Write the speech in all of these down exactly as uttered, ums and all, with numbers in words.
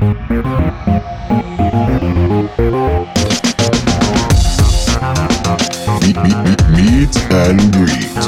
Meet and greet.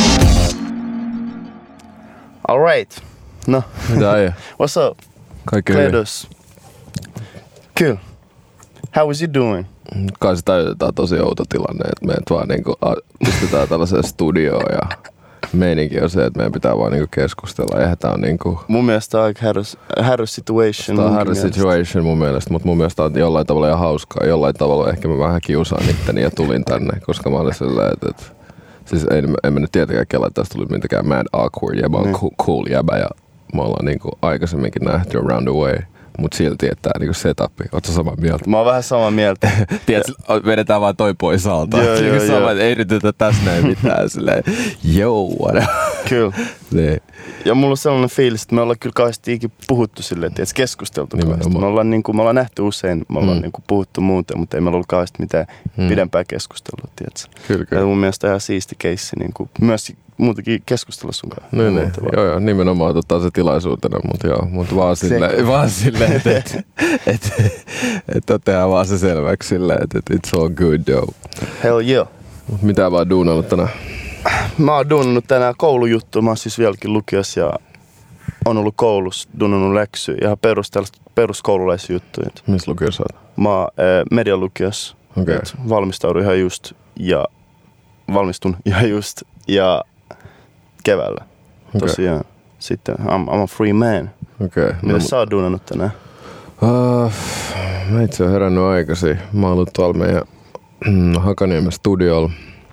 All right. No. Mitä äijä? What's up? Kaikki hyvin. Kledos. Cool. How is you doing? Kai se täytetään tosi outo tilanne, että meidät vaan niinku pistetään tällaiseen studioon ja meininki on se, että meidän pitää vaan niinku keskustella. Eihän tää on niinku... Mun mielestä tää on aika härrys, härrys situation. Tää on härrys situation mun mielestä, mutta mun mielestä tää on jollain tavalla ihan hauskaa. Jollain tavalla ehkä mä vähän kiusaan itteni ja tulin tänne, koska mä olin silleen, että... että siis en, en mä nyt tietenkään kela, että tästä tuli mitenkään mad awkward ja mä oon mm. cool jäbä ja me ollaan niinku aikaisemminkin nähty around the way. Mut silti, että tää niinku setupi. Ootko samaa mieltä? Mä oon vähän samaa mieltä. Tiedätkö, vedetään vaan toi pois alta. Joo, joo, sama, joo. ei yritetä tässä näin mitään. Silleen, yo, what up? Kyllä. Niin. Ja mulla on sellainen fiilis, että me ollaan kyllä kauheasti ikinä puhuttu silleen, että keskusteltu kauheasti. Me ollaan, niinku, me ollaan nähty usein, me ollaan mm. niinku, puhuttu muuten, mutta ei meillä ollut kauheasti mitään mm. pidempää keskustelua, tiedätkö? Kyllä, kyllä. Ja mun mielestä ihan siisti keissi, niinku, myös muutenkin keskustella sun kanssa. Niin, niin. Joo, joo, nimenomaan otetaan se tilaisuutena, mutta joo, mutta vaan silleen, vaan silleen, että et, et, et, et tehdään vaan se selväksi silleen, että et, it's all good, yo. Hell yeah. Mut mitä vaan duunannut tänään? Mä oon duunannut tänään koulujuttua, mä oon siis vieläkin lukiossa ja on ollut koulussa, duunannut läksyä, ihan perus, peruskoululaisjuttuja. Missä lukiossa oot? Mä oon äh, median lukiossa, okay. Valmistaudun ihan just ja valmistun ihan just ja keväällä. Okay. Tosiaan sitten I'm, I'm a free man. Okay. Mitä no, sä oot duunannut tänään? Uh, mä itse oon herännyt aikaisin. Mä oon ollut tuolla meidän Hakaniemen studiolla.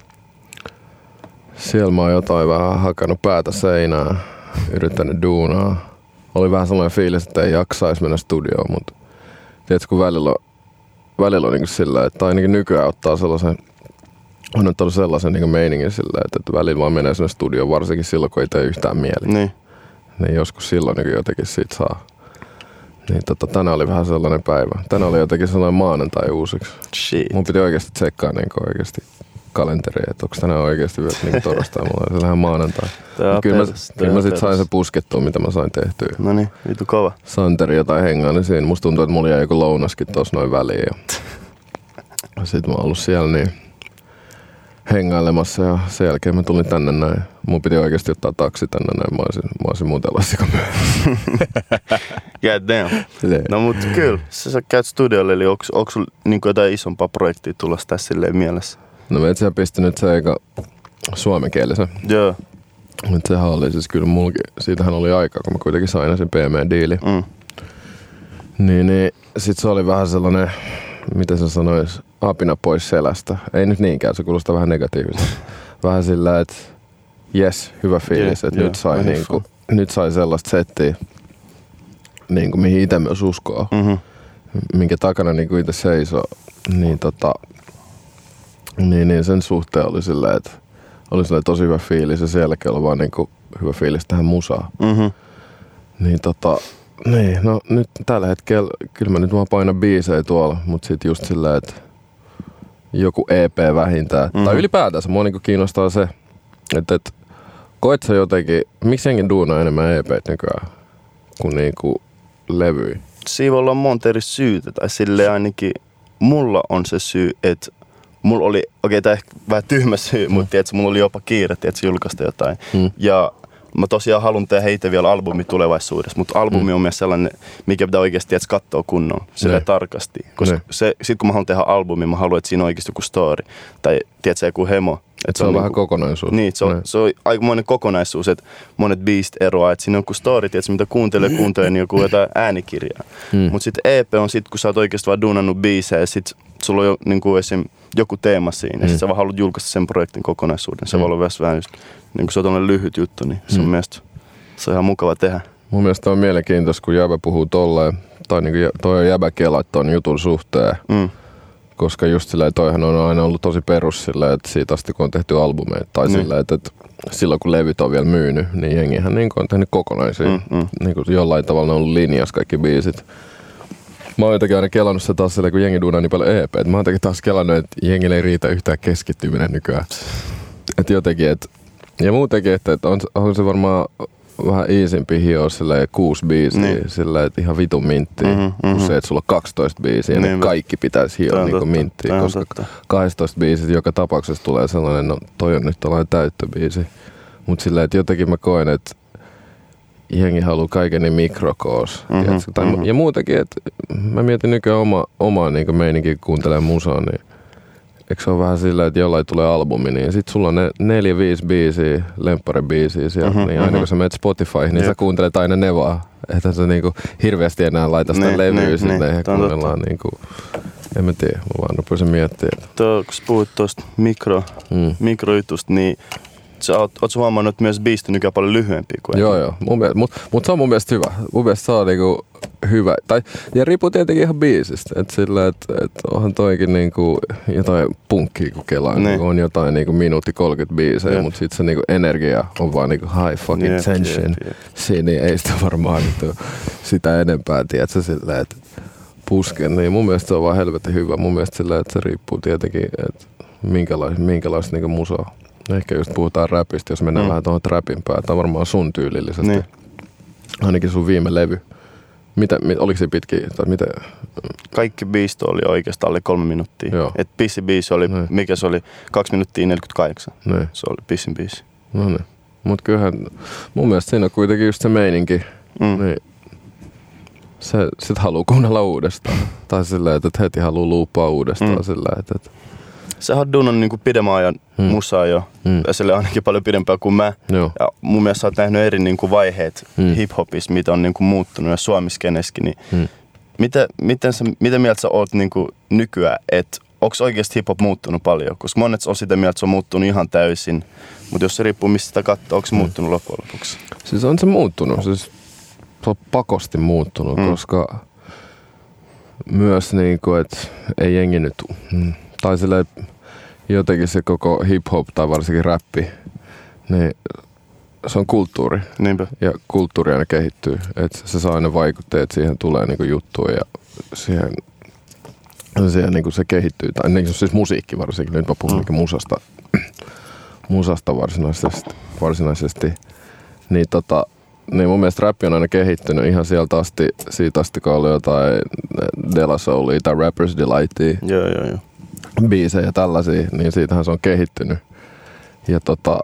Siellä mä oon jotain vähän hakannut päätä seinään, yrittänyt duunaa. Oli vähän sellainen fiilis, että ei jaksaisi mennä studioon, mutta tiedätkö, kun välillä on, välillä on niin sillä, että ainakin nykyään ottaa sellaisen, on nyt ollut sellaisen niin meiningin sillä, että, että välillä vaan menee sinne studioon, varsinkin silloin, kun ei tee yhtään mieli. Niin. Niin joskus silloin niin jotenkin siitä saa. Niin tota, tänään oli vähän sellainen päivä. Tänään oli jotenkin sellainen maanantai uusiksi. Shit. Mun piti oikeasti tsekkaa niin oikeasti kalenteri, että onko tänään oikeasti vielä niin torstai. Mulla oli sellainen maanantai. Kyllä mä, kyllä mä sit sain se puskettua, mitä mä sain tehtyä. No niin, vitu kova. Santeri jotain hengaa, niin siinä musta tuntuu, että mulla jäi joku lounaskin tossa noin väliin. Ja sit mä oon ollut siellä niin hengailemassa ja sen jälkeen mä tulin tänne näin. Mun piti oikeasti ottaa taksi tänne näin. Mä olisin, mä olisin muuten lassika myöhemmin. God damn. No mut kyllä, sä, sä käyt studiolle, eli onko, onko sulla niin jotain isompaa projektia tulossa tässä silleen mielessä? No mä itse pistin nyt se eikä suomenkielisen. Joo. Nyt sehän oli siis kyllä mullakin, siitähän oli aikaa, kun mä kuitenkin sain sen P M-diili. Mm. Niin, niin sit se oli vähän sellainen, miten sä sanois, apina pois selästä. Ei nyt niinkään, se kuulostaa vähän negatiivista. Vähän sillä, että jes, hyvä fiilis, yeah, että yeah, nyt, sai niinku, nyt sai sellaista settiä, niinku, mihin itse myös uskoo, mm-hmm. minkä takana niinku itse seisoo. Niin, tota, niin, niin sen suhteen oli silleen, että oli silleen tosi hyvä fiilis ja sen jälkeen oli vaan niinku hyvä fiilis tähän musaan. Mm-hmm. Niin tota, niin, no nyt tällä hetkellä, kyllä mä nyt vaan painan biisejä tuolla, mut sit just silleen, että joku E P vähintään. Mm-hmm. Tai ylipäätänsä mua niinku kiinnostaa se, että et, koet sä jotenkin, miksi jengi duunaa enemmän E P:t nykyään kuin niinku levyjä? Siinä voi olla monta eri syytä, tai silleen ainakin mulla on se syy, että mulla oli, okei okay, tää ehkä vähän tyhmä syy, mm. mutta tiedätkö, mulla oli jopa kiire, tiedätkö, julkaista jotain. Mm. Ja mä tosiaan haluan tehdä heitä vielä albumi tulevaisuudessa, mutta albumi mm. on myös sellainen, mikä pitää oikeasti tiedätkö, katsoa kunnon, silleen tarkasti. Koska se, sit kun mä haluan tehdä albumi, mä haluan, että siinä on oikeasti joku story, tai tiedätkö, joku hemo. Et se on, on vähän niinku, kokonaisuus. Niin, se on, se on aikamoinen kokonaisuus, että monet biisit eroaa, että siinä on joku story, tiedätkö, mitä kuuntelee, kuuntelee, niin joku jotain äänikirjaa. Mm. Mutta sitten E P on sitten, kun sä oot oikeasti vaan duunannut biisejä, ja sit sulla on jo, niin kuin esim, joku teema siinä, mm. ja sit sä vaan haluat julkaista sen projektin kokonaisuuden. Se mm. voi olla vähän just, niin kun se on tämmöinen lyhyt juttu, niin se on mm. mielestä, se on ihan mukava tehdä. Mun mielestä on mielenkiintoista, kun jäbä puhuu tolleen, tai niin kuin toi on jäbä kela ton jutun suhteen. Mm. Koska just silleen, toihan on aina ollut tosi perus silleen, että siitä asti kun on tehty albumeita, tai mm. silleen, että, että silloin kun levyt on vielä myynyt, niin jengihän niin on tehnyt kokonaisia. Mm, mm. Niin kuin jollain tavalla on ollut linjassa kaikki biisit. Mä oon jotenkin aina kelannut se taas silleen, kun jengi duunaa niin paljon E P. Mä oon jotenkin taas kelannut, että jengille ei riitä yhtään keskittyminen nykyään. Että jotenkin, että ja muutenkin, että, että on, on se varmaan vähän easempi hioa silleen kuusi biisiä, niin. silleen, että ihan vitun minttiä, mm-hmm, mm-hmm. kun se, että sulla on kaksitoista biisiä, niin kaikki pitäisi hioa niinku minttiä, koska totta. kaksitoista biisit joka tapauksessa tulee sellainen, no toi on nyt tällainen täyttöbiisi. Mut silleen, että jotenkin mä koen, että jengi haluaa kaiken niin mikrokoos. Mm-hmm, tai, mm-hmm. Ja muutenkin, että mä mietin nykyään oma, omaa niin meininkin kuuntelemaan musaa, niin eikö se ole vähän silleen, että jollain tulee albumi, niin sit sulla on ne neljä, viisi biisiä, lempparibiisiä siellä, mm-hmm, niin aina mm-hmm. kun sä menet Spotifyhin, niin Jep. sä kuuntelet aina ne vaan. Että sä niinku hirveästi enää laita sitä niin, levyä niin, sinne niin, ja kuunnellaan niinku, en mä tiedä, mä vaan rupesin miettimään. Tuo, kun sä puhut tuosta mikro, mm. mikrojutusta, niin sä oot, oot sä huomannut, että myös biisit on nykyään paljon lyhyempiä kuin Joo, joo. Mutta mut, mut se on mun mielestä hyvä. Mun mielestä se on niinku hyvä. Tai, ja riippuu tietenkin ihan biisistä. Että sillä, että et onhan toikin niinku jotain punkkia kun kelaa. Niin. On jotain niinku minuutti kolmekymmentä biisejä, mutta sit se niinku energia on vaan niinku high fucking yep, tension. Yep, yep. Siinä ei sitä varmaan niinku sitä enempää, tiedätkö, sillä, että pusken. Niin mun mielestä se on vaan helvetin hyvä. Mun mielestä sillä, että se riippuu tietenkin, että minkälaista, minkälaista niinku musaa. Ehkä just puhutaan räpistä, jos mennään mm. vähän tuohon räpin päälle. Tämä on varmaan sun tyylillisesti. Niin. Ainakin sun viime levy. Mitä, mit, oliko se pitkiä? Tai mitä? Kaikki biisit oli oikeastaan alle kolme minuuttia. Et pissin biisi oli, Noin. mikä se oli, kaksi minuuttia neljäkymmentäkahdeksan. Noin. Se oli pissin biisi. No niin. Mut kyllähän mun mielestä siinä on kuitenkin just se meininki. Mm. Niin se sit haluu kuunnella uudestaan. Tai silleen, että heti haluu luuppaa uudestaan. Mm. Silleen, että, että sä oot duunannut niinku pidemmän ajan hmm. musaa jo, hmm. ja sille ainakin paljon pidempään kuin mä. Joo. Ja mun mielestä sä oot nähnyt eri niinku vaiheet hmm. hip-hopissa, mitä on niinku muuttunut ja suomiskeneskin. Niin hmm. mitä, miten, sä, miten mieltä sä oot niinku nykyään, että onko oikeasti hip-hop muuttunut paljon? Koska monet on sitä mieltä, että se on muuttunut ihan täysin, mutta jos se riippuu mistä sitä katsoo, onko se hmm. muuttunut loppujen lopuksi? Siis on se muuttunut, siis se on pakosti muuttunut, hmm. koska myös niinku, että ei jengi nyt, tai silleen, jotenkin se koko hip-hop tai varsinkin räppi, niin se on kulttuuri. Niinpä. Ja kulttuuri aina kehittyy. Että se saa aina vaikutteet, siihen tulee niinku juttuja ja siihen, siihen niinku se kehittyy. Tai niinku siis musiikki varsinkin. Nyt mä puhun mm. musasta, musasta varsinaisesti. varsinaisesti. Niin, tota, niin mun mielestä räppi on aina kehittynyt ihan sieltä asti, siitä asti kun oli jotain De La Soulia tai Rapper's Delightia. Joo, joo, joo. Biisejä ja tällaisia, niin siitähän se on kehittynyt. Ja tota,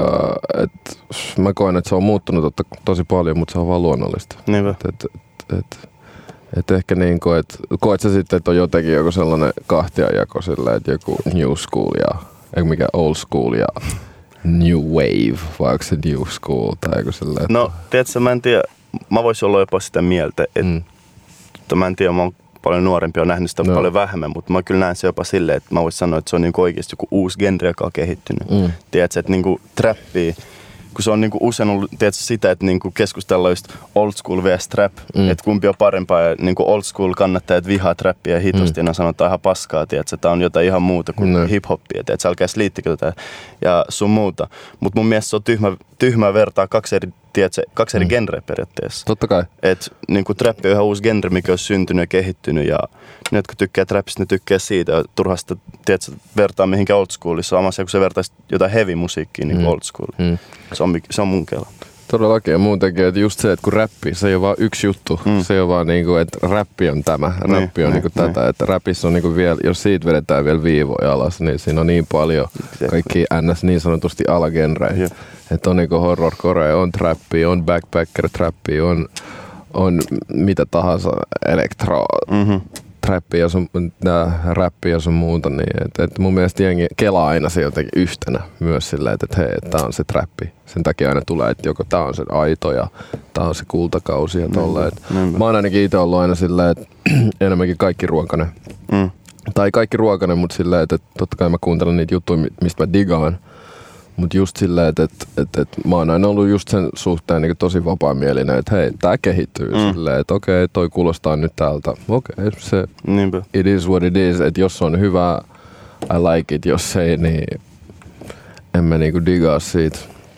et, mä koen, että se on muuttunut totta, tosi paljon, mutta se on vaan luonnollista. Niinpä. Et, et, et, et ehkä niin kuin, että koet sä sitten, että on jotenkin joku sellainen kahtiajako silleen, että joku new school ja, eikä mikä old school ja new wave, vai onko se new school tai joku silleen. Että no, tiedätkö, mä en tiedä, mä voisin olla jopa sitä mieltä, että mm. mä en tiedä, mä oon paljon nuorempi, on nähnyt sitä no. paljon vähemmän, mutta mä kyllä näen se jopa silleen, että mä voisin sanoa, että se on niinku oikeasti joku uusi genre, joka on kehittynyt. Mm. Tiedätkö, että niinku trappia, kun se on niinku usein ollut tiedätkö, sitä, että niinku keskustellaan just old school versus trap, mm. että kumpi on parempaa ja niinku old school kannattajat vihaa trappia ja hitosti mm. ja sanotaan ihan paskaa, tiedätkö, että tää on jotain ihan muuta kuin mm. hip-hoppia, tiedätkö, älkää sliittikö tätä ja sun muuta. Mutta mun mielestä se on tyhmä, tyhmää vertaa kaksi eri Tiedätkö, kaksi eri mm. genreä periaatteessa. Totta kai. Et niinku trappi on ihan uusi genre, mikä on syntynyt ja kehittynyt ja ne, jotka tykkää trappista, ne tykkää siitä. Ja turhaa sitä, tiedätkö, vertaa mihinkään old schooliin. Se on samassa, kun se vertaisi jotain heavy musiikkia niin kuin mm. old schooliin. Mm. Se, on, se on mun kela. Todellakin ja muutenkin, että just se, että kun räppi, se ei ole vaan yksi juttu. Mm. Se ei ole vaan niinku, että räppi on tämä, räppi on niin, niinku niin, tätä. Että räpissä on niinku vielä, jos siitä vedetään vielä viivoja alas, niin siinä on niin paljon kaikki ns. Niin sanotusti alagenreja. Että on niinku horrorcore, on trappi, on backpacker-trappi, on, on mitä tahansa elektro, mm-hmm. trappi ja sun, nää, räppi ja sun muuta. Niin, et, et mun mielestä jengi kelaa aina se jotenkin yhtenä myös silleen, että hei, tää on se trappi. Sen takia aina tulee, että joko tää on se aito ja tää on se kultakausi ja tolleen. Mä oon ainakin itse ollut aina silleen, että enemmänkin kaikki ruokainen. Mm. Tai kaikki ruokainen, mutta silleen, että totta kai mä kuuntelen niitä juttuja, mistä mä digaan. Mutta just silleen, että et, et, et, mä oon aina ollut just sen suhteen niin tosi vapaamielinen, että hei, tää kehittyy mm. silleen, että okei, okay, toi kuulostaa nyt täältä. Okei, okay, se Niinpä. It is what it is, että jos on hyvä, I like it, jos ei, niin en mä niinku digaa siitä.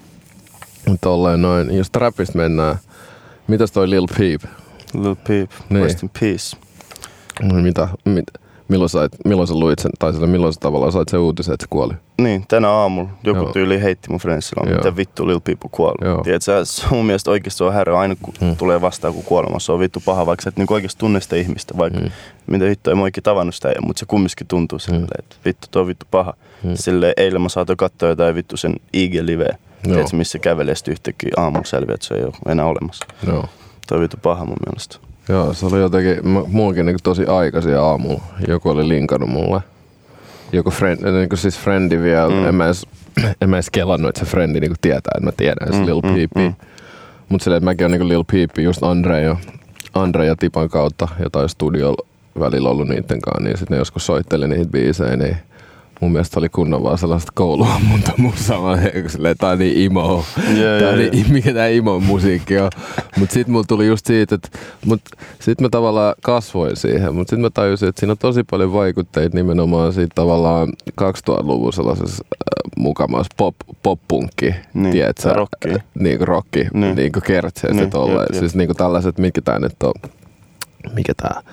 Tolleen noin, jos trapista mennään, mitäs toi Lil Peep? Lil Peep, niin. Rest in peace. Mitä, mit, Milloin, sait, milloin sä luit sen, tai sillä milloin sä tavallaan sait sen uutisen, että se kuoli? Niin, tänä aamulla joku Joo. tyyli heitti mun friendsillä, mitä vittu Lil Peep kuollut. Tiedätkö, se on mun mielestä oikeasti se on härä, aina kun hmm. tulee vastaan kun kuolemassa, se on vittu paha, vaikka sä et niinku oikeasti tunne sitä ihmistä, vaikka hmm. mitä vittu ei mä oikein tavannut sitä, mutta se kumminkin tuntuu silleen, hmm. että vittu tuo on vittu paha. Hmm. Silleen eilen mä saatoin katsoa jotain vittu sen I G-liveä, tiedätkö, missä kävelee sitten yhtäkkiä aamulla selviä, että se ei ole enää olemassa. Joo. Tuo on vittu paha mun mielestä. Joo, se oli jotenkin, mullakin niin tosi aikaisin aamulla. Joku oli linkannut mulle. Joku friend, niin siis friendi vielä. Mm. En, mä edes, en mä edes kelannut, että se friendi niin tietää, että mä tiedän se mm, Lil Peep. Mm, mm. Mut silleen, että mäkin on niin Lil Peep, just Andre ja, Andre ja Tipan kautta, jotain studiolla välillä ollut niitten kanssa, niin sitten ne joskus soitteli niitä biisejä, niin mun mielestä oli kunnon vaan sellaista kouluammunta musaa, silleen, tää on niin imo, yeah, tää on yeah, niin, mikä tää imon musiikki on. Mut sit mulla tuli just siitä, että mut sit mä tavallaan kasvoin siihen, mut sit mä tajusin, että siinä on tosi paljon vaikutteita nimenomaan siitä tavallaan kaksituhattaluvun sellaisessa äh, mukamassa pop, pop-punkki, niin, tiedätkö? Rocki. Niinku rocki, niin. niinku kertseet niin, tolleen. Siis niinku tällaiset, mitkä tää nyt on, mikä tää?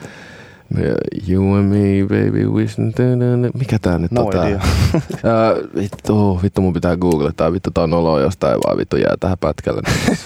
You and me, baby, wishing... Mikä tää nyt no on tää? uh, vittu, vittu mun pitää googlata. Vittu tää on oloa, jos tää ei vaan vittu jää tähän pätkälle.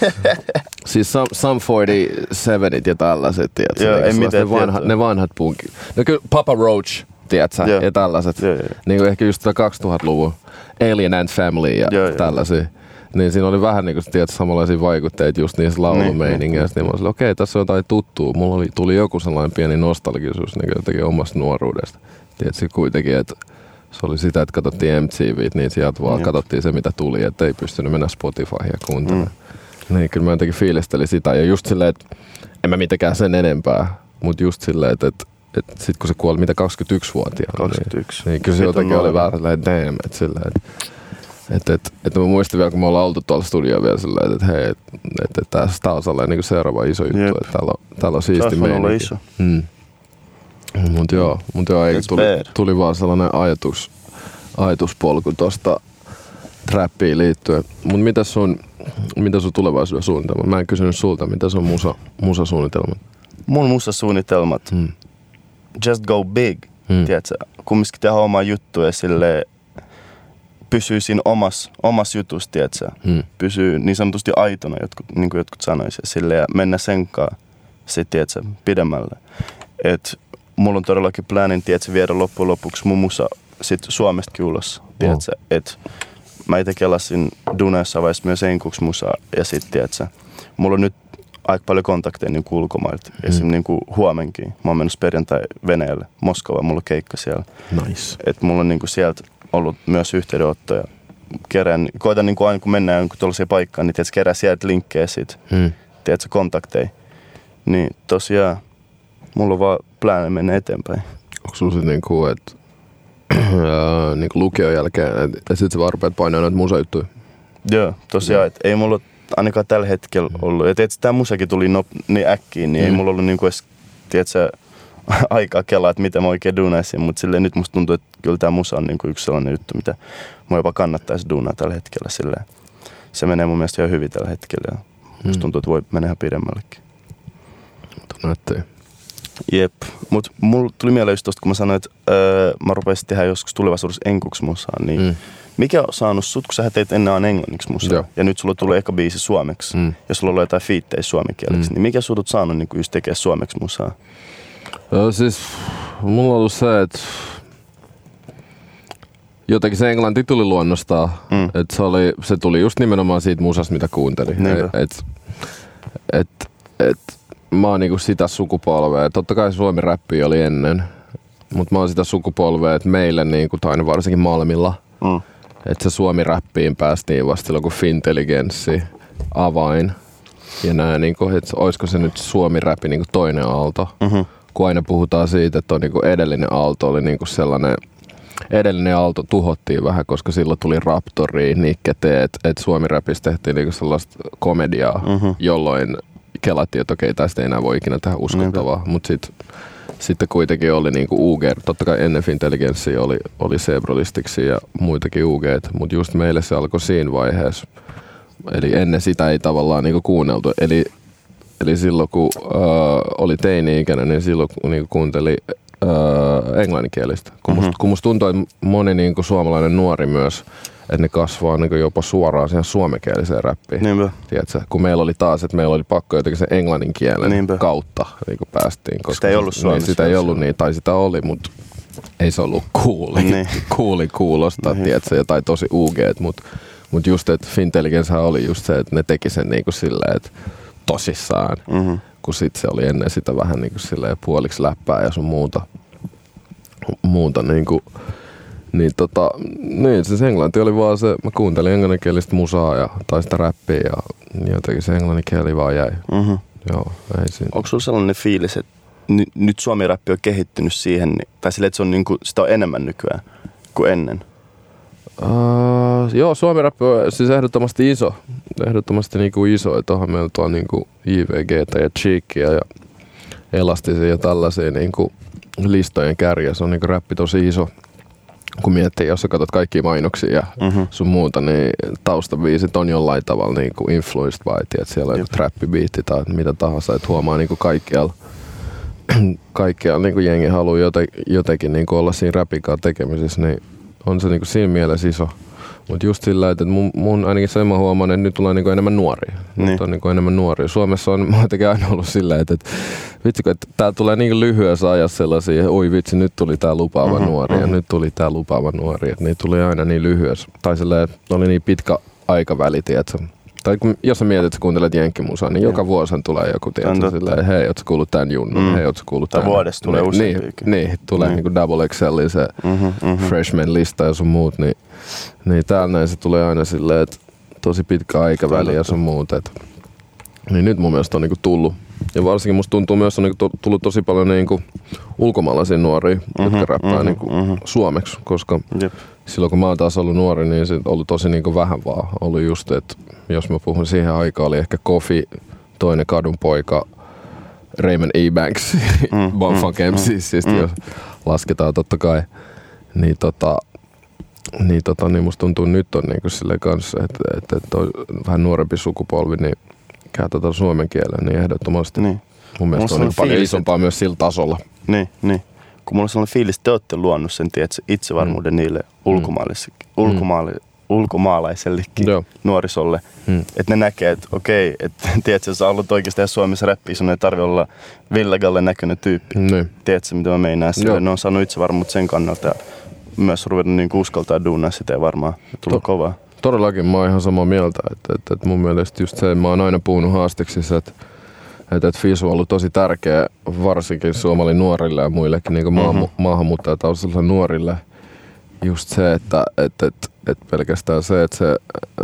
Siis Sum neljäkymmentäseitsemän ja tällaiset, tiiätsä. Joo, ei mitään ne, vanha, ne vanhat punkit. No kyllä Papa Roach, tiiätsä, ja tällaiset. Joo, joo. Niin kuin ehkä just tätä kaksituhattaluvun Alien and Family ja joo, tällaisia. Joo. Niin siinä oli vähän niin kuin tiedät, samanlaisia vaikutteita just niissä laulumeiningeissä. Niin, niin mä olin, okei, okay, tässä on jotain tuttua. Mulla oli, tuli joku sellainen pieni nostalgisuus niin jotenkin omasta nuoruudesta. Tiedätkö kuitenkin, että se oli sitä, että katsottiin M T V:t, niin sieltä vaan mm. katsottiin se, mitä tuli, että ei pystynyt mennä Spotifyhin ja kuuntelemaan. Mm. Niin, kyllä mä jotenkin fiilistelin sitä. Ja just silleen, että en mä mitenkään sen enempää, mutta just silleen, että, että, että sit kun se kuoli, mitä kaksikymmentäyksivuotiaana. kaksikymmentäyksi. Niin, niin kyllä se jotenkin oli vähän sellainen, damn, että silleen, että Että et, et mä muistin vielä, kun me ollaan oltu tuolla studiolla vielä silleen, että hei, että et, et tää on sellainen niin seuraava iso juttu, että täällä on, täällä on siisti meininki. Iso. Mm. Mut joo, mut joo ei, tuli, tuli vaan sellainen ajatus, ajatuspolku tosta trappiin liittyen. Mut mitä sun, mitä sun tulevaisuuden suunnitelma? Mä en kysynyt sulta, mitä sun musa, musasuunnitelmat? Mun musasuunnitelmat? Hmm. Just go big, hmm. tiedätkö? Kumminkin tehdä omaa juttuja silleen, pysyy siinä omassa omas jutussa, tietsä. Hmm. Pysyy niin sanotusti aitona, jotkut, niin kuin jotkut sanoisivat, sille ja mennä senkaan sit, tietsä, pidemmälle. Et mulla on todellakin pläänin, tietsä, viedä loppujen lopuksi mun musa sit Suomestakin ulos, tietsä. Oh. Et mä ite kelasin Dunassa vaiheessa myös enkuksi musaa ja sit, tietsä. Mulla on nyt aika paljon kontakteja niin ulkomailta. Hmm. Esimerkiksi niin kuin huomenkin. Mä oon menossa perjantai Venäjälle, Moskovaan, mulla on keikka siellä. Nice. Et mulla on niin kuin sieltä ollut myös yhteydenottoja. Kerään, koitan niin kuin aina kun mennään jonkun tuollaiseen paikkaan, niin tiedätkö, kerää sieltä linkkejä siitä, hmm. tiedätkö, kontakteja. Niin tosiaan, mulla on vaan plääni mennä eteenpäin. Onko sulla sitten niinku, että niin lukion jälkeen, että sit sä vaan rupeat painaa noita musajuttuja? Joo, tosiaan, että ei mulla ainakaan tällä hetkellä ollut. Ja tiedätkö, tää musakin tuli no, niin äkkiin, niin hmm. ei mulla ollut niinku edes, tiedätkö, aikaa kelaa, että mitä mä oikein duunaisin, mutta silleen nyt musta tuntuu, että kyllä tää musa on niinku yksi sellainen juttu, mitä mä jopa kannattaisi duunaa tällä hetkellä. Silleen. Se menee mun mielestä ihan hyvin tällä hetkellä ja musta hmm. tuntuu, että voi mennä ihan pidemmällekin. Näyttää. Jep, mut mulla tuli mieleen just tosta, kun mä sanoin, että öö, mä rupesin tehdä joskus tulevaisuudessa enkuksi musaa, niin hmm. mikä on saanut sut, kun sä teit ennen aina englanniksi musaa, Joo. ja nyt sulla tulee eka biisi suomeksi, hmm. ja sulla on jotain fiittejä suomenkieleksi, hmm. niin mikä sut on saanut niin just tekee suomeksi musaa? Joo, siis mulla on ollut se, että jotenkin se englanti tuli luonnostaan, mm. että se, oli, se tuli just nimenomaan siitä musasta, mitä kuuntelin. Et, et, et, mä oon niinku sitä sukupolvea, totta kai suomi-räppi oli ennen, mutta mä oon sitä sukupolvea, että meille niinku, tai aina varsinkin Malmilla, mm. että se suomi-räppiin päästiin vasta silloin, kun Fintelligenssi, Avain ja nää, niinku, että olisiko se nyt suomi-räppi niinku toinen aalto. Mm-hmm. Kun aina puhutaan siitä, että on niinku edellinen aalto oli niinku sellainen, edellinen aalto tuhottiin vähän, koska silloin tuli Raptori, Nikke T, että et Suomi-räpistä tehtiin niinku sellaista komediaa, mm-hmm. jolloin kelattiin, että okei, tästä ei enää voi ikinä tehdä uskottavaa, mm-hmm. mutta sitten sitten kuitenkin oli niinku U G, totta kai ennen Fintelligenssia oli, oli Zebrolistiksi ja muitakin U G:t, mutta just meille se alkoi siinä vaiheessa, eli ennen sitä ei tavallaan niinku kuunneltu, eli Eli silloin kun äh, oli teini-ikäinen, niin silloin kun niinku kuunteli öö, englanninkielistä. Kun, mm-hmm. musta, kun musta tuntuu, että moni niinku suomalainen nuori myös, että ne kasvaa niinku jopa suoraan siihen suomenkieliseen räppiin. Niinpä. Tiedätkö? Kun meillä oli taas, että meillä oli pakko jotenkin sen englanninkielen Niinpä. kautta niinku päästiin. Koska sitä ei ollut Suomessa. Sitä ei ollut niin, tai sitä oli, mutta ei se ollut cooli. Niin. Cooli kuulostaa, niin. Tiedätkö? Jotain tosi U G, mutta mut just, että Fintelligence oli just se, että ne teki sen niinku silleen, että tosissaan. Mm-hmm. Kun sit se oli ennen sitä vähän niinku silleen puoliksi läppää ja sun muuta. Muuta niinku. Niin tota, niin siis englanti oli vaan se, mä kuuntelin englanninkielistä musaa ja, tai sitä räppiä ja jotenkin se englanninkieli vaan jäi. Mm-hmm. Joo, ei siinä. Onko sulla sellainen fiilis, että n- nyt suomi-räppi on kehittynyt siihen, tai silleen, että se on niinku, sitä on enemmän nykyään kuin ennen? Uh, joo, suomi-räppi on siis ehdottomasti iso. Ehdottomasti niinku iso, että onhan meillä tuolla niinku I V G:tä ja Cheekia ja Elastisia ja tällaisia niinku listojen kärjessä. Se on niinku räppi tosi iso. Kun miettii, jos sä katsot kaikkia mainoksia ja mm-hmm. sun muuta, niin taustabiisit on jollain tavalla niinku influenced by, että siellä on joku trappibiitti tai mitä tahansa, että huomaa niinku kaikkialla, kaikkialla niinku jengi haluaa joten, jotenkin niinku olla siinä räpikaan tekemisissä, niin on se niinku siinä mielessä iso. Mutta just sillä, että mun, mun ainakin sen mä huomaan, että nyt tulee niinku enemmän nuoria. Niin. Nyt on niinku enemmän nuoria. Suomessa on mä jotenkin aina ollut silleen, että, että vitsikö, että tää tulee niin lyhyessä ajassa sellaisia, oi vitsi, nyt tuli tää lupaava mm-hmm, nuori mm-hmm. ja nyt tuli tää lupaava nuori. Että niitä tuli aina niin lyhyessä. Tai silleen, että oli niin pitkä aikaväli, tiedätkö? Tai kun, jos sä mietit, että sä kuuntelet jenkkimusaa, niin joka vuosihan tulee joku, tiedätkö? Silleen, hei, ootko kuullut tän junnun? Mm. Hei, ootko kuullut tän? Tai vuodesta tulee useampiakin. Niin, niin, tulee mm. niinku Double X L, se mm-hmm, mm-hmm. freshman-lista ja sun muut, niin Niin täällä näin se tulee aina silleen, että tosi pitkä aikaväli ja sun muut. Et. Niin nyt mun mielestä on niinku tullut. Ja varsinkin musta tuntuu myös, että on niinku tullut tosi paljon niinku ulkomaalaisia nuoria, mm-hmm, jotka räppää mm-hmm, niinku mm-hmm. suomeksi. Koska Jep. silloin kun mä oon taas ollut nuori, niin se on ollut tosi niinku vähän vaan. Ollut just, että jos mä puhun siihen aikaan, oli ehkä Kofi, toinen kadunpoika, Raymond Ebanks, mm, Bump Funk mm, M C, mm, siis mm. jos lasketaan totta kai. Niin tota... Niin, tota, niin musta tuntuu nyt on niinku silleen kanssa, että et, et on vähän nuorempi sukupolvi, niin käytetään suomen kielen, niin ehdottomasti. Niin. Mun mielestä on niin paljon fiilis, isompaa et... myös sillä tasolla. Niin, niin. Kun mulla on sellainen fiilis, että te olette luonut sen tiedätkö, itsevarmuuden mm. niille ulkomaalaisille, mm. ulkomaalaisille, ulkomaalaisellekin Joo. nuorisolle. Mm. Että ne näkee, että okei, että tiedätkö, jos sä ollut oikeasti tehdä Suomessa räppiä, sun ei tarvitse olla Villagalle näköinen tyyppi. Mm. Tiedätkö, mitä mä meinaan sille? Ne on saanut itsevarmuutta sen kannalta. Myös ruvennut niin uskaltaa duunaa sitä ja varmaan tullut to- kovaa. Todellakin mä oon ihan samaa mieltä, että, että, että mun mielestä just se, mä oon aina puhunut haasteksissa, että, että, että Fisu on ollut tosi tärkeä varsinkin suomalaisille nuorille ja muillekin niin kuin mm-hmm. maa, maahanmuuttajataustaisille nuorille. Just se, että, että, että, että pelkästään se, että se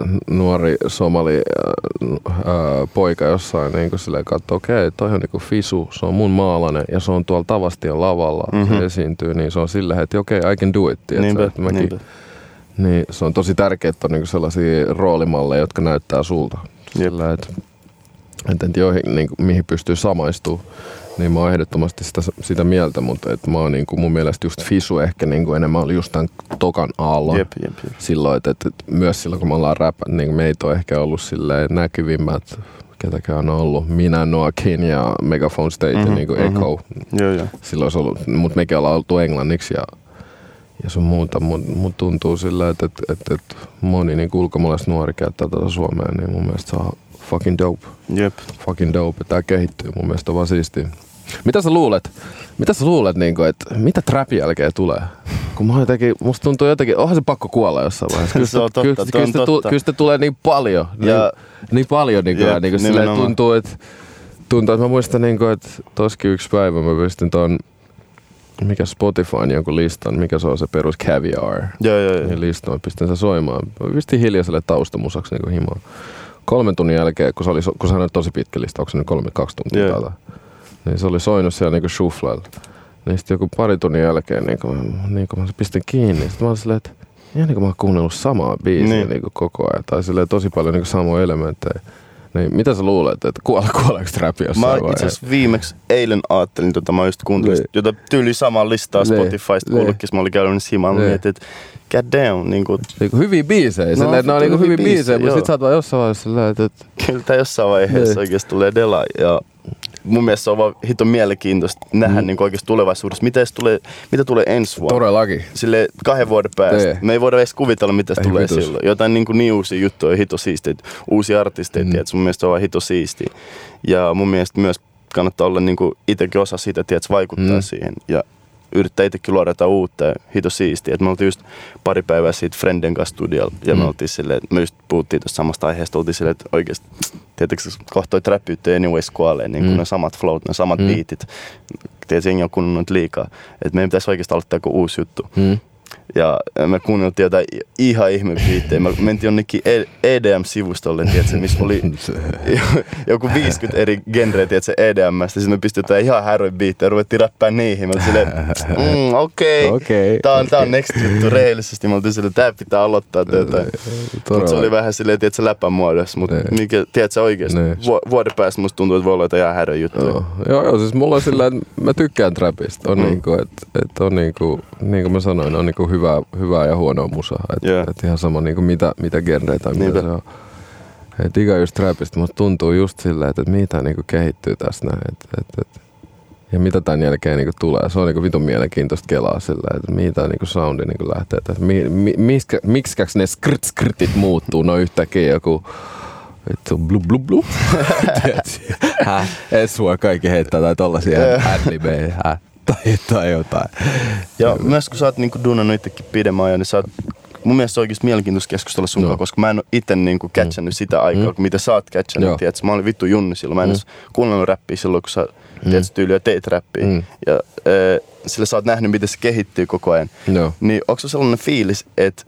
nuori somali ää, poika jossain niin silleen katsoo, okei, okay, toi on niin kuin Fisu, se on mun maalainen ja se on tuolla Tavastian lavalla, mm-hmm. se esiintyy, niin se on sillä, että okei, okay, I can do it. Niinpä, että mäkin, niinpä. Niin se on tosi tärkeää, että on niin sellaisia roolimalleja, jotka näyttää sulta. Sillä, että, että joihin, niin kuin, mihin pystyy samaistumaan. Niin mä oon ehdottomasti sitä, sitä mieltä, mutta et mä oon niinku mun mielestä just Fisu ehkä niinku enemmän oli just tämän tokan aallon. Jep, jep, jep. Silloin, että et, et myös silloin kun me ollaan räpät, niin meitä on ehkä ollut silleen näkyvimmät, ketäkään on ollut. Minä, Noah Kin ja Megaphone State mm-hmm, ja niinku mm-hmm. Echo. Joo, joo. Silloin se on ollut, mutta mekin ollaan oltu englanniksi ja, ja sun muuta. Mut, mut tuntuu sillä, että et, et, et moni niinku ulkomaalaiset nuori käyttää tätä Suomea, niin mun mielestä se on fucking dope. Jep. Fucking dope. Tää kehittyy. Mun mielestä on vaan siistiä. Mitä sä luulet? Mitä sä luulet, niinku, että mitä trapin jälkeen tulee? Kun mä jotenkin, musta tuntuu jotenkin, onhan se pakko kuolla jossain vaiheessa. Kyllä se on totta, kyllä, kyllä, on totta. Kyllä sitä tulee niin paljon. Ja niin, niin paljon nykyään. Jep, niin silleen tuntuu, että, tuntuu, että mä muistan, niin kuin, että toskin yksi päivä mä pistin ton, mikä Spotifyn jonkun listan, mikä se on se perus Caviar. Joo, joo, joo. Niin listan, mä pistin sen soimaan. Mä pistin hiljaiselle taustamusaksi niin himaan. Kolmen tunnin jälkeen, kun se, oli, kun se on tosi pitkä lista, onko se nyt kolme, kaksi tuntia yeah. täältä, niin se oli soinut siellä niinku shufflailla. Niin sitten joku pari tunnin jälkeen niinku, niinku mä pistin kiinni. Sitten mä olin silleen, että ihan niinku mä oon kuunnellut samaa biisiä niin. niinku koko ajan. Tai silleen tosi paljon niinku samoja elementtejä. Niin mitä sä luulet, että kuole, kuoleeko trappi jossain Mä itse asiassa viimeksi eilen ajattelin, tota mä just kuuntelin, niin. jota tyyli samaa listaa Spotifysta kuullutkin, mä olin käynyt simaan, mä mietin, että god damn. Niinku, niinku hyviä biisejä, no, silleen, ne on niinku hyviä biisejä, mutta sit sä oot vaan jossain vaiheessa silleen, että... Kyllä tää jossain vaiheessa oikeesti tulee dela ja mun mielestä se on vaan hito mielenkiintoista nähdä mm. niin oikeasti tulevaisuudessa. Mitä, tulee, mitä tulee ensi vuonna? Todellakin. Sille kahden vuoden päästä. Tee. Me ei voida edes kuvitella, mitä se tulee vitus. silloin. Jotain niin, niin uusia juttuja, hito siistiä, uusia artisteja, mm. tiedätkö? Mun mielestä se on vaan hito siistiä. Ja mun mielestä myös kannattaa olla niin itsekin osa siitä, että vaikuttaa mm. siihen. Ja yrittää itsekin luoda jotain uutta ja hito siistiä. Et me oltiin just pari päivää siitä Frienden kanssa studiolla ja mm. me oltiin silleen, me just puhuttiin tuosta samasta aiheesta, oltiin silleen, että oikeesti, tietysti kohta toi trap-juttu anyways kuolee, niin kuin mm. ne samat flowt, ne samat mm. beatit. Tietysti jengi on kuunnellut liikaa, että meidän pitäisi oikeasti aloittaa joku uusi juttu. Mm. Ja me kuunneltiin jotain ihan ihme biittejä. Me mentiin jonnekin E D M-sivustolle, tiedätkö, missä oli joku viisikymmentä eri genreä, tiedätkö, E D M:stä. Sitten me pistetään ihan häröjä biittejä ja ruvettiin räppää niihin. Me oltiin silleen, mm, okei, okay. okay, tää on, okay. tää on next juttu rehellisesti. Me oltiin silleen, tää pitää aloittaa tätä. Mutta se oli vähän silleen, tiedätkö, läpän muodossa. Mutta tiedätkö, oikeesti, vuoden päästä musta tuntuu, että voi olla jotain ihan häröjä juttuja. Joo, joo, joo, siis mulla on silleen, että mä tykkään trapista. On mm. niinku, että et on niinku, niin kuin mä sanoin, on niinku hyvä Hyvää, hyvää ja huonoa musaa. Et, yeah. et ihan sama niinku mitä, mitä genreä tai mitä se on. Et ikä just trapista, mutta tuntuu just silleen, että et mitä niinku kehittyy tässä näin. Et, et, et. Ja mitä tän jälkeen niinku tulee. Se on niinku vitun mielenkiintoista kelaa silleen, että mitä niinku soundi niinku lähtee tästä. Mi, mi, miksikäks ne skrt skrtit muuttuu? No yhtäkkiä joku vittu blu blu blu. Häh? Esua kaikki heittää tai tollasia adlibejä. Häh? Tai, tai jotain. Ja myös kun sä oot niinku duunannut itsekin pidemmän ajan, niin sä oot, mun mielestä se on oikeesti mielenkiintoista keskustella sunkaan, no. koska mä en oo ite niinku catchannut mm. sitä aikaa, mm. mitä sä oot catchannut. Tiedätkö? Mä olin vittu junni silloin. Mä en mm. edes kuunnellut räppiä silloin, kun sä mm. tiedätkö, tyyliä teit räppiä. Mm. Ja äh, sillä sä oot nähnyt, miten se kehittyy koko ajan. No. Niin onko se sellainen fiilis, että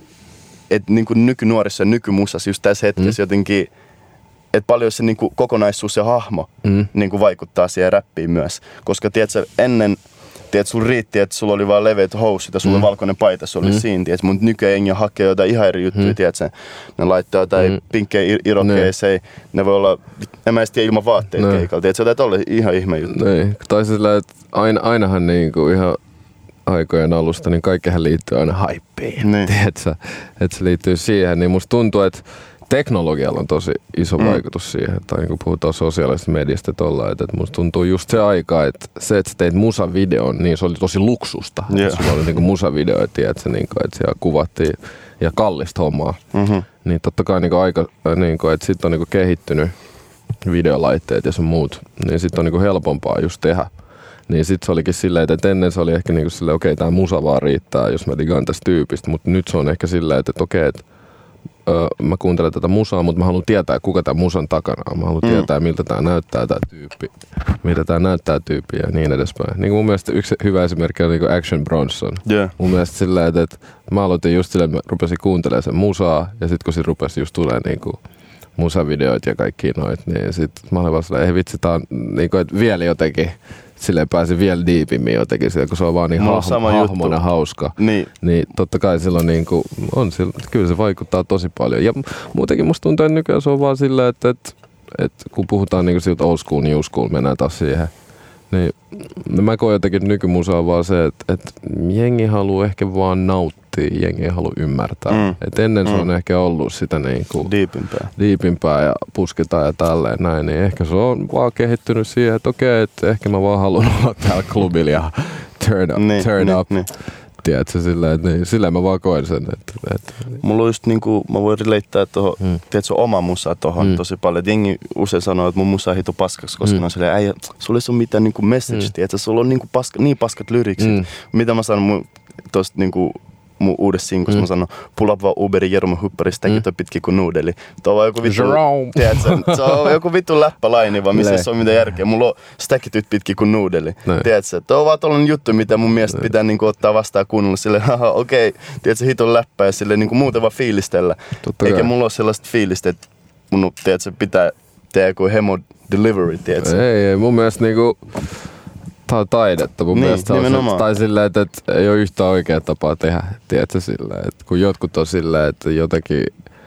et niinku nykynuorissa ja nykymusassa just tässä hetkessä mm. jotenkin, että paljon se niinku kokonaisuus ja hahmo mm. niinku vaikuttaa siihen räppiin myös. Koska tiedätkö, ennen tiedätkö, sulla riitti, että sulla oli vaan leveät housut ja sulla mm. valkoinen paita, se oli mm. siinä. Tiedätkö, mutta nykyään jengi hakee jotain ihan eri juttuja, mm. tiedätkö. Ne laittaa jotain mm. pinkkejä irokkeja, ne. ne voi olla, en mä edes tiedä, ilman vaatteita keikalla. Tiedätkö, jotain tolle ihan ihme juttuja. Niin, tai sillä, että aina, ainahan niinku ihan aikojen alusta, niin kaikkihan liittyy aina hypeen. Niin. Tiedätkö, että se liittyy siihen, niin musta tuntuu, että teknologialla on tosi iso mm. vaikutus siihen, tai niin kun puhutaan sosiaalisesta mediasta tolla, että musta tuntuu just se aika, että se, että sä teit musavideon, niin se oli tosi luksusta. Yeah. Sulla oli niin musavideo, että, tiedätkö, niin kuin, että siellä kuvattiin ja kallista hommaa. Mm-hmm. Niin totta kai niin aika, niin kuin, että sit on niin kehittynyt videolaitteet ja sun muut, niin sit on niin helpompaa just tehdä. Niin sit se olikin silleen, että ennen se oli ehkä niin silleen, okei, okay, tää musa vaan riittää, jos mä digaan tästä tyypistä, mutta nyt se on ehkä silleen, että okei, okay, että Öö, mä kuuntelen tätä musaa, mutta mä haluan tietää, kuka tämän musan takana on. Mä haluan mm. tietää, miltä tää näyttää tää tyyppi, miltä tää näyttää tyyppi ja niin edespäin. Niin mun mielestä yksi hyvä esimerkki on niin Action Bronson. Yeah. Mun mielestä silleen, että, että mä aloitin just silleen, että mä rupesin kuuntelemaan sen musaa ja sit kun sit rupesi just tulee niinku musavideoit ja kaikki noit, niin sit mä olin vaan silleen, ei vitsi, tää on niinku, että vielä jotenkin silleen pääsi vielä diipimmin jotenkin, kun se on vaan niin hahmo, hahmona hauska. Niin. Niin totta kai silloin niin kuin on, kyllä se vaikuttaa tosi paljon. Ja muutenkin musta tuntuu, että nykyään se on vaan silleen, että, että, että kun puhutaan niin kuin siltä old school, new school, mennään taas siihen. Niin mä koen jotenkin nykymusaa vaan se, että, että jengi haluaa ehkä vaan nauttia, jengi ei halua ymmärtää. Mm. Et ennen mm. se on ehkä ollut sitä niin kuin diipimpää. diipimpää ja pusketaan ja tälleen näin, niin ehkä se on vaan kehittynyt siihen, että okei, että ehkä mä vaan haluan olla täällä klubilla ja turn up. Niin, turn niin, up. Niin. Tiedätkö, silleen, niin, silleen mä vaan koen sen. Että, että. Mulla on just niinku, mä voin releittää tohon, mm. tiedätkö, oma musa tohon mm. tosi paljon. Et jengi usein sanoo, että mun musa on hito paskaksi, koska mm. ne on silleen, äijä, sulla ei ole mitään niinku message, mm. tiedätkö, sulla on niinku paska, niin paskat lyriksit. Mm. Mitä mä sanon mun tosta niinku mun uudessa sinkussa, mm. mä sanon, pull up vaan Uberin Jerome Hupperista, tämäkin toi pitkin kuin nuudeli. Tuo on vaan joku vittu, tiedätkö, se on joku vittu läppälaini vaan, missä se on mitään järkeä. Mulla on stäkityt pitkin kuin nuudeli, tiedätkö. Tuo on vaan tollanen juttu, mitä mun mielestä pitää niinku ottaa vastaan kunnolla silleen, haha, okei, okay, tiedätkö, hiton läppää ja silleen niinku muuten vaan fiilistellä. Totta eikä kai. Mulla ole sellaista fiilistä, että mun, tiedätkö, pitää tehdä joku hemo delivery, tiedätkö. Ei, ei, mun mielestä niinku tää on taidetta mun niin, mielestä. On se, tai silleen, että, että ei ole yhtä oikea tapaa tehdä, tiedätkö, silleen, että kun jotkut on silleen, että jotenkin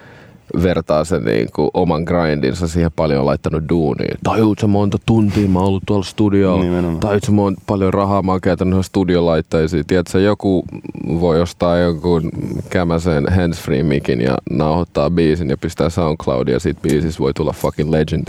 vertaa sen niin kuin oman grindinsa siihen paljon laittanut duunia. Tajuut sä monta tuntia mä oon ollut tuolla studiolla. Niin, tajuut sä monta paljon rahaa mä oon käytänyt studiolaitteisiin. Tiedätkö, joku voi ostaa jonkun kämäsen handsfree mikin ja nauhoittaa biisin ja pistää SoundCloudia ja siitä biisistä voi tulla fucking legendary.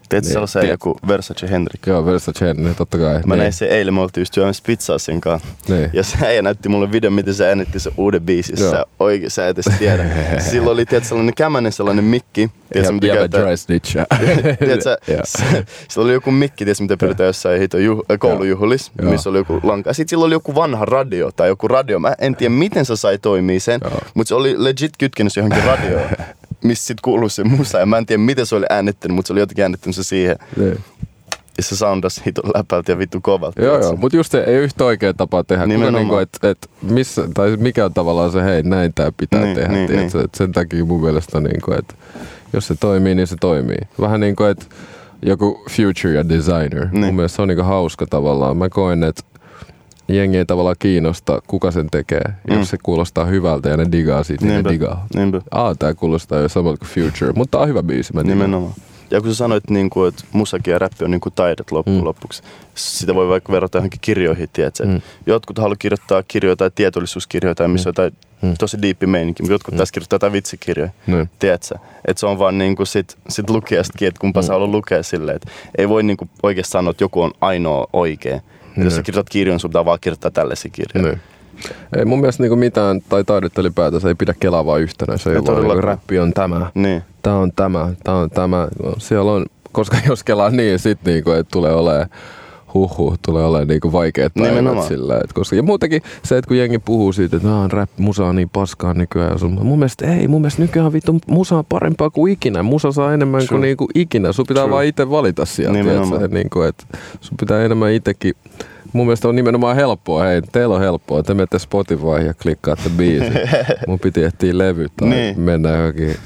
Teet sellaisen tiet. joku Versace Henrik. Joo, Versace Henrik, totta kai. Mä näin se eilen, me oltiin just syömässä pizzaa sen kanssa. Niin. Ja se äijä näytti mulle videon, miten se äänitti sen uuden biisin. Sä oikein, sä et edes tiedä. Silloin oli tiedät, sellainen kämänen sellainen mikki. Tiedätkö, mitä käytetään? Dry snitcha. Tiedätkö, sillä oli joku mikki, tiedätkö, mitä pyritään jossain hito juh- koulujuhlis, missä oli joku lanka. Sitten sillä oli joku vanha radio tai joku radio. Mä en tiedä, miten se sai toimii sen, mutta se oli legit kytkenyt johonkin radioon, missä sit kuului se musa. Ja mä en tiedä, miten se oli äänittänyt, mutta se oli jotenkin äänittänyt se siihen. Ne. Ja se soundasi hiton läpältä ja vittu kovalta. Joo, joo, mutta just se ei ole yhtä oikea tapa tehdä. Niinku, et, et missä, tai mikä on tavallaan se, hei, näin tää pitää niin, tehdä. Niin, niin. Et sen takia mun mielestä, niinku, että jos se toimii, niin se toimii. Vähän niin kuin, että joku Future ja Designer. Niin. Mun mielestä se on niinku hauska tavallaan. Mä koen, että jengi ei tavallaan kiinnosta, kuka sen tekee. Mm. Jos se kuulostaa hyvältä ja ne digaa siitä, niin ne digaa. Niinpä. Aa, tää kuulostaa jo samalta kuin Future. Mutta tää on hyvä biisi, mä digaan. Nimenomaan. Ja kun sä sanoit, niin että musakin ja räppi on niin kuin taidet loppujen mm. lopuksi, sitä voi vaikka verrata johonkin kirjoihin, tiedätkö? Mm. Jotkut haluaa kirjoittaa kirjoja tai tietoisuuskirjoja, missä on jotain mm. tosi diippi meininki, mutta jotkut mm. taas kirjoittaa jotain vitsikirjoja, mm. tiedätkö? Että se on vaan niin kuin sit, sit lukijastakin, että kumpa mm. sä haluat lukea silleen, että ei voi niin kuin oikeasti sanoa, että joku on ainoa oikea. Mm. Jos sä kirjoitat kirjoja, sun pitää vaan kirjoittaa tällaisia kirjoja. Mm. Ei mun mielestä niinku mitään, tai taidetta ylipäätänsä ei pidä kelaa vaan yhtenä. Se ei vaan niinku, räppi on tämä, niin. tää on tämä, tää on tämä. No, siellä on, koska jos kelaa niin, sit niinku, että tulee olemaan huhhuh, tulee olemaan niinku vaikeat päivät sillä. Et koska, ja muutenkin se, että kun jengi puhuu siitä, että ah, rap, musa on niin paskaa nykyään. Mun mielestä ei, mun mielestä nykyään vittu musa on parempaa kuin ikinä. Musa saa enemmän True. kuin niinku ikinä. Sun pitää True. vaan itse valita sieltä. Niinku, että sun pitää enemmän itsekin. Mun mielestä on nimenomaan helppoa. Hei, teillä on helppoa. Te menette Spotify ja klikkaatte biisin. Mun piti ehtiä levy tai niin. mennä johonkin,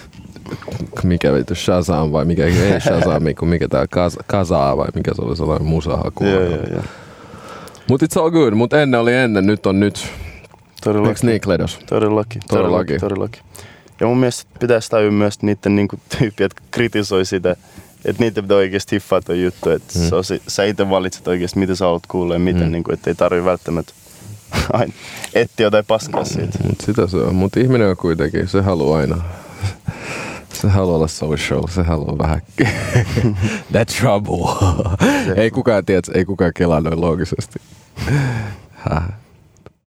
mikä vittu, Shazam vai mikä, ei Shazam, mikä tää Kazaa vai mikä se oli sellainen musahaku. Joo, joo, joo. Mut it's all good. Mut ennen oli ennen, nyt on nyt. Todellakin. Eiks niin, Kledos? Todellakin. Todellakin. Todellakin. Ja mun mielestä pitäisi tajua myös niitten niinku tyyppiä, jotka kritisoi sitä, että niitä pitää oikeesti hiffaa toi juttu, että hmm. sä itse valitset oikeesti, mitä sä haluat kuulla ja miten, hmm. niin että ei tarvii välttämättä aina etsiä jotain paskaa siitä. Mut sitä se on, mut ihminen on kuitenkin, se haluaa aina, se haluaa olla social, se haluaa vähän that trouble. ei kukaan tiedä, ei kukaan kelaa noin loogisesti.